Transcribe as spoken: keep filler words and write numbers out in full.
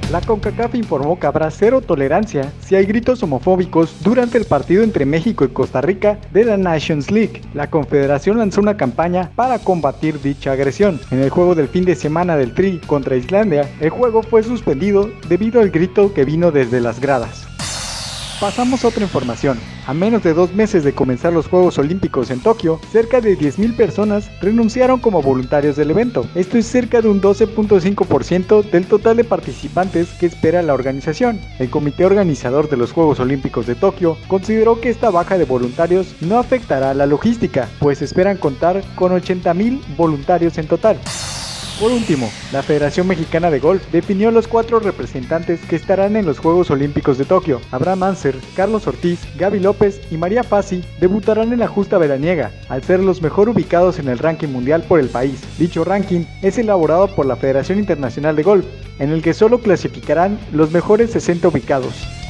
La CONCACAF informó que habrá cero tolerancia si hay gritos homofóbicos durante el partido entre México y Costa Rica de la Nations League. La Confederación lanzó una campaña para combatir dicha agresión. En el juego del fin de semana del Tri contra Islandia, el juego fue suspendido debido al grito que vino desde las gradas. Pasamos a otra información. A menos de dos meses de comenzar los Juegos Olímpicos en Tokio, cerca de diez mil personas renunciaron como voluntarios del evento. Esto es cerca de un doce punto cinco por ciento del total de participantes que espera la organización. El comité organizador de los Juegos Olímpicos de Tokio consideró que esta baja de voluntarios no afectará a la logística, pues esperan contar con ochenta mil voluntarios en total. Por último, la Federación Mexicana de Golf definió los cuatro representantes que estarán en los Juegos Olímpicos de Tokio. Abraham Anser, Carlos Ortiz, Gaby López y María Fassi debutarán en la justa veraniega, al ser los mejor ubicados en el ranking mundial por el país. Dicho ranking es elaborado por la Federación Internacional de Golf, en el que solo clasificarán los mejores sesenta ubicados.